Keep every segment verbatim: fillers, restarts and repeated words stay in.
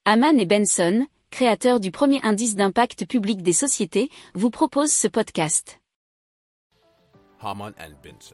Hamann et Benson, créateurs du premier indice d'impact public des sociétés, vous proposent ce podcast. Hamann and Benson.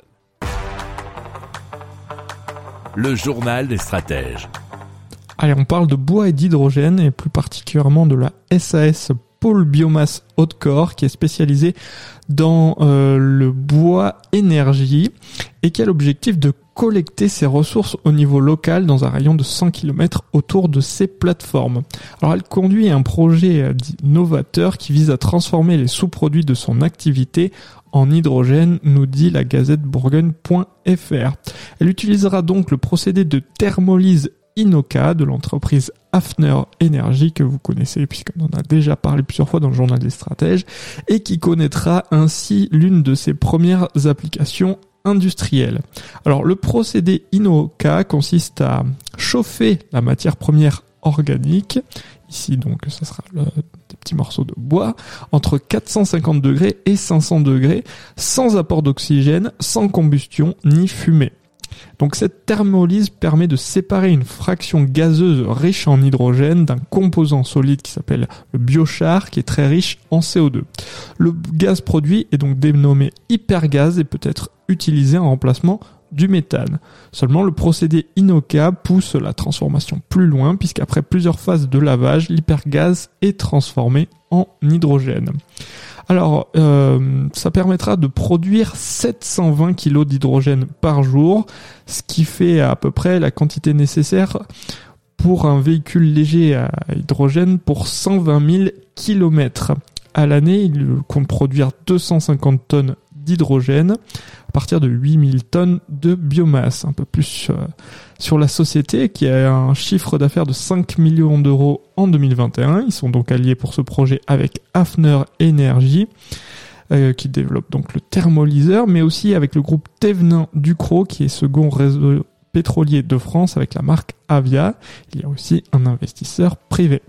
Le journal des stratèges. Allez, on parle de bois et d'hydrogène, et plus particulièrement de la S A S Pôle Biomasse Haute-Corps, qui est spécialisée dans euh, le bois énergie et qui a l'objectif de collecter ses ressources au niveau local dans un rayon de cent kilomètres autour de ses plateformes. Alors elle conduit un projet dit novateur qui vise à transformer les sous-produits de son activité en hydrogène, nous dit la gazette bourgogne point f r. Elle utilisera donc le procédé de thermolyse Inoka de l'entreprise Hafner Energy, que vous connaissez puisqu'on en a déjà parlé plusieurs fois dans le journal des stratèges, et qui connaîtra ainsi l'une de ses premières applications industrielles. Alors le procédé Inoka consiste à chauffer la matière première organique, ici donc ça sera le, des petits morceaux de bois, entre quatre cent cinquante degrés et cinq cents degrés, sans apport d'oxygène, sans combustion ni fumée. Donc cette thermolyse permet de séparer une fraction gazeuse riche en hydrogène d'un composant solide qui s'appelle le biochar, qui est très riche en C O deux. Le gaz produit est donc dénommé hypergaz et peut être utilisé en remplacement du méthane. Seulement le procédé Inoka pousse la transformation plus loin, puisqu'après plusieurs phases de lavage, l'hypergaz est transformé en hydrogène. Alors, euh, ça permettra de produire sept cent vingt kilos d'hydrogène par jour, ce qui fait à peu près la quantité nécessaire pour un véhicule léger à hydrogène pour cent vingt mille kilomètres. À l'année, il compte produire deux cent cinquante tonnes d'hydrogène à partir de huit mille tonnes de biomasse. Un peu plus euh, sur la société qui a un chiffre d'affaires de cinq millions d'euros en deux mille vingt et un. Ils sont donc alliés pour ce projet avec Hafner Energy euh, qui développe donc le thermolyseur, mais aussi avec le groupe Thévenin Ducrot qui est second réseau pétrolier de France avec la marque Avia. Il y a aussi un investisseur privé.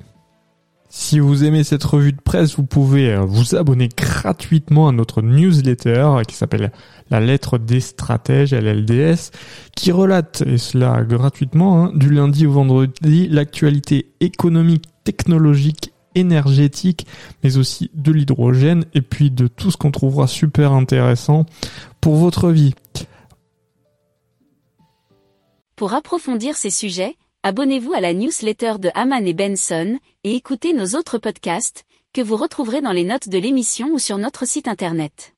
Si vous aimez cette revue de presse, vous pouvez vous abonner gratuitement à notre newsletter qui s'appelle La Lettre des Stratèges, L L D S, qui relate, et cela gratuitement, hein, du lundi au vendredi, l'actualité économique, technologique, énergétique, mais aussi de l'hydrogène, et puis de tout ce qu'on trouvera super intéressant pour votre vie. Pour approfondir ces sujets, abonnez-vous à la newsletter de Hamann et Benson et écoutez nos autres podcasts que vous retrouverez dans les notes de l'émission ou sur notre site internet.